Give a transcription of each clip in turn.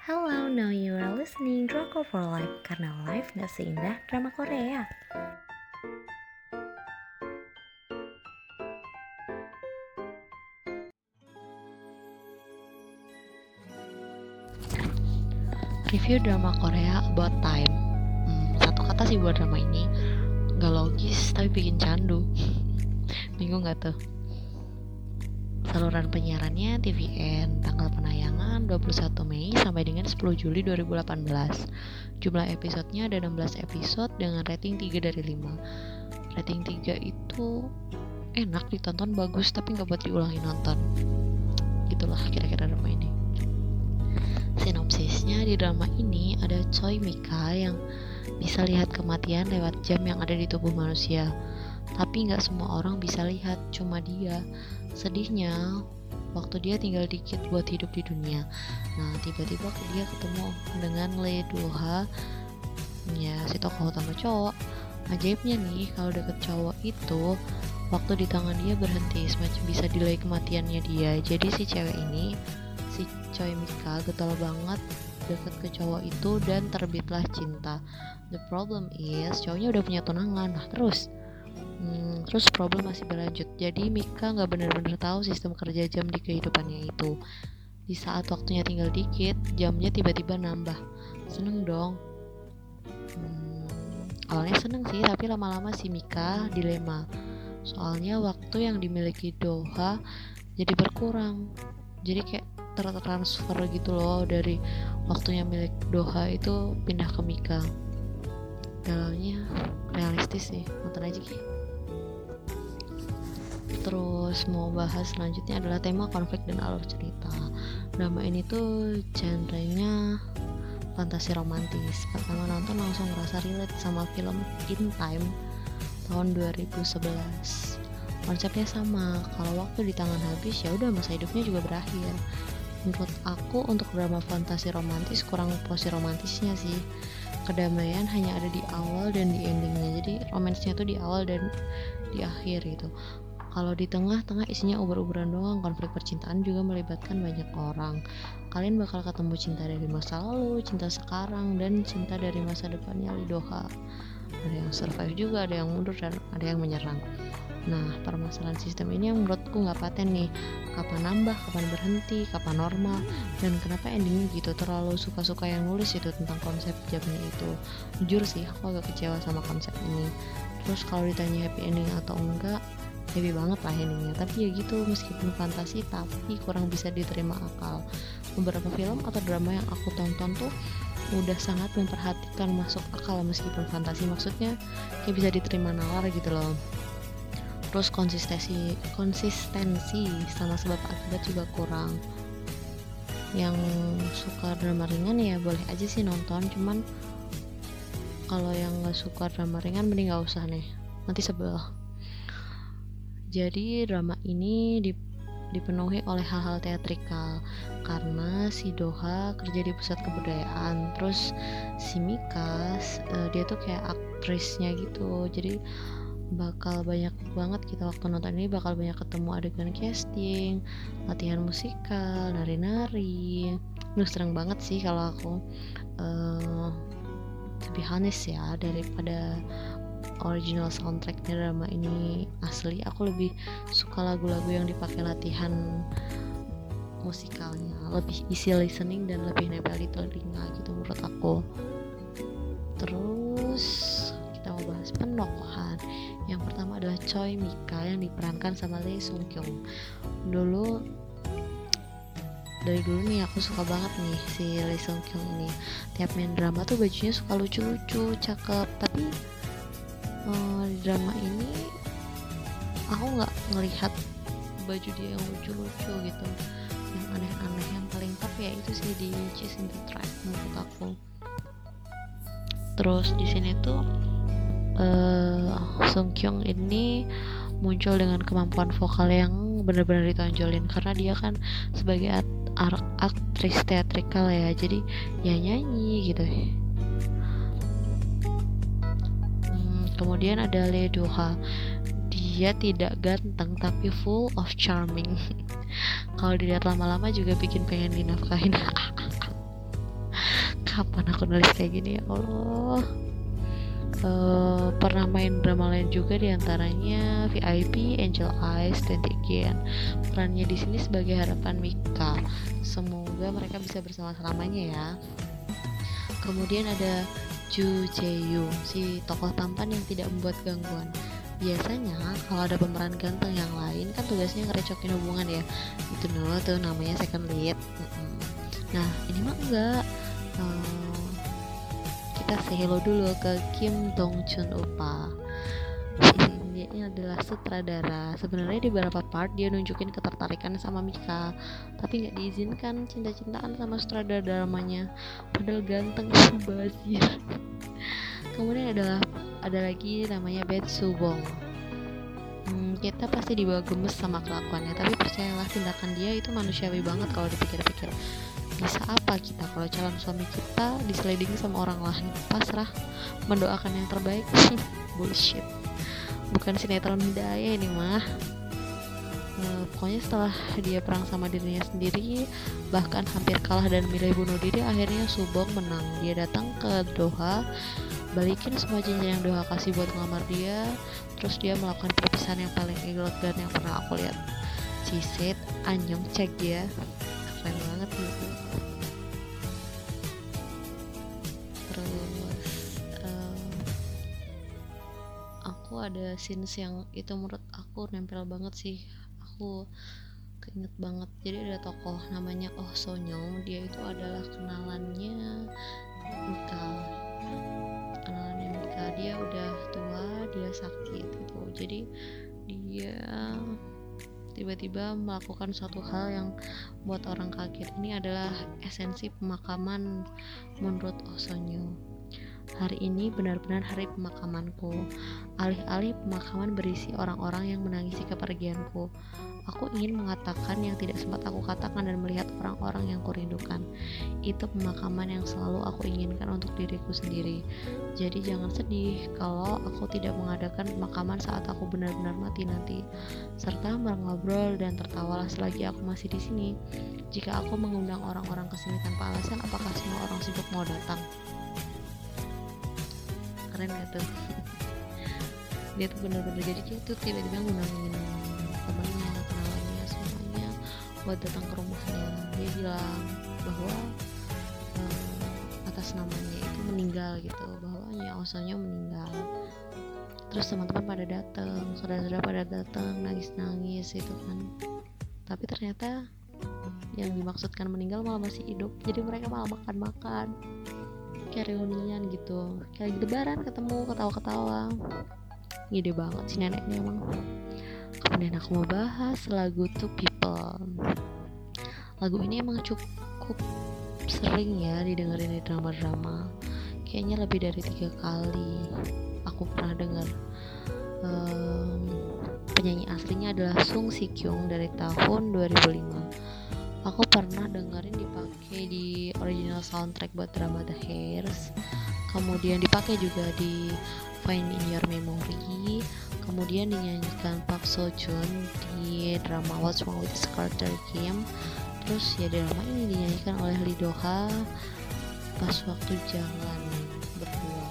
Hello, now you are listening Drama for Life karena life gak seindah drama Korea. Review drama Korea About Time. Satu kata sih buat drama ini, gak logis tapi bikin candu. Bingung gak tuh? Saluran penyiarannya TVN, tanggal penayangan 21 Mei sampai dengan 10 Juli 2018. Jumlah episodenya ada 16 episode dengan rating 3 dari 5. Rating 3 itu enak ditonton, bagus, tapi gak buat diulangi nonton. Itulah kira-kira drama ini. Sinopsisnya, di drama ini ada Choi Mika yang bisa lihat kematian lewat jam yang ada di tubuh manusia. Tapi gak semua orang bisa lihat, cuma dia. Sedihnya, waktu dia tinggal dikit buat hidup di dunia. Nah, tiba-tiba dia ketemu dengan Lee Do-ha, ya si tokoh utama cowok. Ajaibnya nih, kalau deket cowok itu, waktu di tangan dia berhenti, semacam bisa delay kematiannya dia. Jadi si cewek ini, si Choi Mika, getol banget deket ke cowok itu dan terbitlah cinta. The problem is, cowoknya udah punya tunangan. Nah, terus problem masih berlanjut. Jadi Mika nggak benar-benar tahu sistem kerja jam di kehidupannya itu. Di saat waktunya tinggal dikit, jamnya tiba-tiba nambah. Seneng dong. Awalnya seneng sih, tapi lama-lama si Mika dilema. Soalnya waktu yang dimiliki Do-ha jadi berkurang. Jadi kayak tertransfer gitu loh, dari waktunya milik Do-ha itu pindah ke Mika. Dalamnya realistis sih, nonton aja Ki. Terus mau bahas selanjutnya adalah tema konflik dan alur cerita. Drama ini tuh genrenya fantasi romantis. Pertama nonton langsung ngerasa relate sama film In Time tahun 2011. Konsepnya sama, kalau waktu di tangan habis ya udah masa hidupnya juga berakhir. Menurut aku untuk drama fantasi romantis kurang porsi romantisnya sih. Kedamaian hanya ada di awal dan di endingnya. Jadi romansnya tuh di awal dan di akhir gitu. Kalau di tengah-tengah isinya ubur-uburan doang. Konflik percintaan juga melibatkan banyak orang. Kalian bakal ketemu cinta dari masa lalu, cinta sekarang, dan cinta dari masa depannya Lee Do-ha. Ada yang survive juga, ada yang mundur, dan ada yang menyerang. Nah, permasalahan sistem ini yang menurutku nggak paten nih. Kapan nambah, kapan berhenti, kapan normal, dan kenapa endingnya gitu. Terlalu suka-suka yang nulis itu tentang konsep jamnya itu. Jujur sih, aku agak kecewa sama konsep ini. Terus kalau ditanya happy ending atau enggak, happy banget lah endingnya. Tapi ya gitu, meskipun fantasi tapi kurang bisa diterima akal. Beberapa film atau drama yang aku tonton tuh udah sangat memperhatikan masuk akal meskipun fantasi, maksudnya kayak bisa diterima nalar gitu loh. Terus konsistensi sama sebab akibat juga kurang. Yang suka drama ringan ya boleh aja sih nonton, cuman kalau yang nggak suka drama ringan mending nggak usah nih, nanti sebel. Jadi drama ini dipenuhi oleh hal-hal teatrikal karena si Do-ha kerja di pusat kebudayaan. Terus si Mika dia tuh kayak aktrisnya gitu, jadi bakal banyak banget kita waktu nonton ini bakal banyak ketemu adegan casting, latihan musikal, nari-nari. Seneng banget sih kalau aku lebih honest ya, daripada original soundtracknya drama ini asli. Aku lebih suka lagu-lagu yang dipakai latihan musikalnya, lebih easy listening dan lebih nempel di telinga gitu menurut aku. Terus kita mau bahas penokohan. Yang pertama adalah Choi Mika yang diperankan sama Lee Sung Kyung. Dari dulu nih aku suka banget nih si Lee Sung Kyung ini. Tiap main drama tuh bajunya suka lucu-lucu, cakep. Tapi di drama ini aku nggak ngelihat baju dia yang lucu-lucu gitu, yang aneh-aneh. Yang paling top ya itu sih di Chasing the Trap menurut aku. Terus di sini tuh Sung Kyung ini muncul dengan kemampuan vokal yang benar-benar ditonjolin karena dia kan sebagai aktris teatrikal ya, jadi ya nyanyi gitu. Kemudian ada Lee Do-ha. Dia tidak ganteng tapi full of charming. Kalau dilihat lama-lama juga bikin pengen dinafkahin. Kapan aku nulis kayak gini ya Allah. Pernah main drama lain juga, diantaranya VIP, Angel Eyes, dan Again. Perannya di sini sebagai harapan Mika. Semoga mereka bisa bersama selamanya ya. Kemudian ada Ju Jae-young, si tokoh tampan yang tidak membuat gangguan. Biasanya kalau ada pemeran ganteng yang lain kan tugasnya ngerecokin hubungan ya. Itu dulu tuh namanya second lead. Nah ini mah enggak. Kita say hello dulu ke Kim Dong Chun Upa. Dia ini adalah sutradara. Sebenarnya di beberapa part dia nunjukin ketertarikan sama Mika, tapi nggak diizinkan cinta-cintaan sama sutradara dramanya. Padahal ganteng bazir. Kemudian ada lagi namanya Bet Subong. Kita pasti dibawa gemes sama kelakuannya, tapi percayalah tindakan dia itu manusiawi banget kalau dipikir-pikir. Bisa apa kita kalau calon suami kita diselidiki sama orang lain? Pasrah, mendoakan yang terbaik. Bullshit. Bukan sinetron hidayah ini mah. Pokoknya setelah dia perang sama dirinya sendiri, bahkan hampir kalah dan milih bunuh diri, akhirnya Subong menang. Dia datang ke Doha, balikin semua cincin yang Doha kasih buat ngelamar dia. Terus dia melakukan perpisahan yang paling elegan yang pernah aku lihat. Ciset, anyong, cek dia, keren banget gitu. Terus aku ada scenes yang itu menurut aku nempel banget sih. Aku keinget banget. Jadi ada tokoh namanya Oh Sonyong. Dia itu adalah kenalannya Mika. Dia udah tua, dia sakit gitu. Jadi dia tiba-tiba melakukan suatu hal yang buat orang kaget. Ini adalah esensi pemakaman menurut Oh Sonyong. Hari ini benar-benar hari pemakamanku. Alih-alih pemakaman berisi orang-orang yang menangisi kepergianku, aku ingin mengatakan yang tidak sempat aku katakan dan melihat orang-orang yang kurindukan. Itu pemakaman yang selalu aku inginkan untuk diriku sendiri. Jadi jangan sedih kalau aku tidak mengadakan pemakaman saat aku benar-benar mati nanti. Serta mengobrol dan tertawalah selagi aku masih di sini. Jika aku mengundang orang-orang ke sini tanpa alasan, apakah semua orang sibuk mau datang? Keren gak tuh? Dia tuh bener-bener jadi dia tuh tiba-tiba ngundangin temennya, kenalannya, semuanya buat datang ke rumahnya. Dia bilang bahwa atas namanya itu meninggal gitu, bahwa Nyi Osonya meninggal. Terus teman-teman pada datang, saudara-saudara pada datang, nangis-nangis gitu kan. Tapi ternyata yang dimaksudkan meninggal malah masih hidup. Jadi mereka malah makan-makan, kayak reunian gitu, kayak lebaran ketemu, ketawa-ketawa. Gede banget sih neneknya emang. Kemudian aku mau bahas lagu Two People. Lagu ini emang cukup sering ya didengerin di drama-drama. Kayaknya lebih dari 3 kali aku pernah dengar. Penyanyi aslinya adalah Sung Si Kyung dari tahun 2005. Aku pernah dengerin dipakai di original soundtrack buat drama The Hairs. Kemudian dipakai juga di Find in Your Memory. Kemudian dinyanyikan Park Seo Joon di drama What's Wrong with Carter Kim. Terus ya drama ini dinyanyikan oleh Lee Do Ha pas waktu jalan berdua.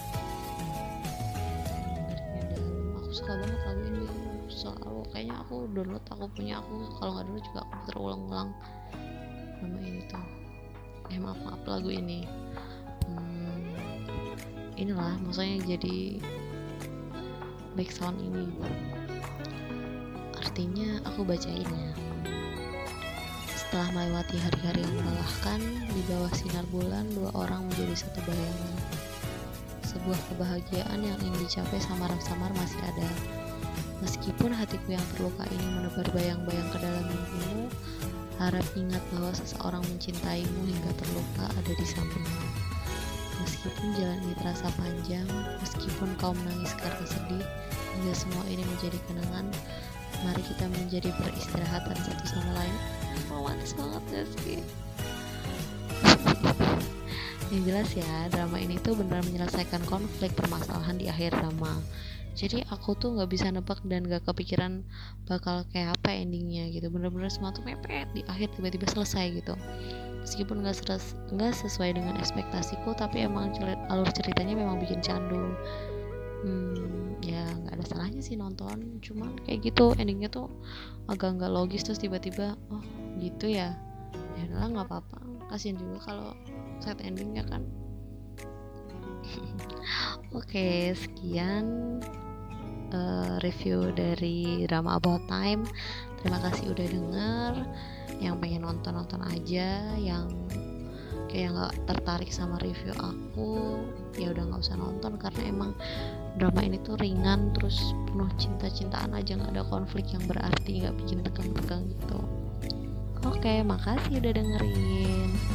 Aku suka banget lagu ini. Selalu kayaknya aku download, aku punya, aku kalau nggak download juga aku terulang-ulang nama ini tuh. Maaf lagu ini. Inilah maksudnya jadi background ini. Artinya aku bacain ya. Setelah melewati hari-hari yang melelahkan, di bawah sinar bulan 2 orang menjadi satu bayangan. Sebuah kebahagiaan yang ingin dicapai samar-samar masih ada. Meskipun hatiku yang terluka ini menebar bayang-bayang ke dalam mimpimu, harap ingat bahwa seseorang mencintaimu hingga terluka ada di sampingmu. Meskipun jalan ini terasa panjang, meskipun kau menangis karena sedih, hingga semua ini menjadi kenangan, mari kita menjadi peristirahatan satu sama lain. Romantis banget gak sih? Yang jelas ya, drama ini tuh benar menyelesaikan konflik permasalahan di akhir drama. Jadi aku tuh nggak bisa nebak dan nggak kepikiran bakal kayak apa endingnya gitu. Bener-bener semua tuh mepet di akhir tiba-tiba selesai gitu. meskipun nggak sesuai dengan ekspektasiku, tapi emang alur ceritanya memang bikin candu. Ya nggak ada salahnya sih nonton, cuman kayak gitu endingnya tuh agak nggak logis, terus tiba-tiba oh gitu ya, ya udahlah nggak apa-apa, kasian juga kalau sad endingnya kan. Oke, sekian review dari drama About Time. Terima kasih udah denger. Yang pengen nonton aja, yang kayak nggak tertarik sama review aku ya udah nggak usah nonton, karena emang drama ini tuh ringan, terus penuh cinta-cintaan aja, nggak ada konflik yang berarti, nggak bikin tegang-tegang gitu. Oke, makasih udah dengerin.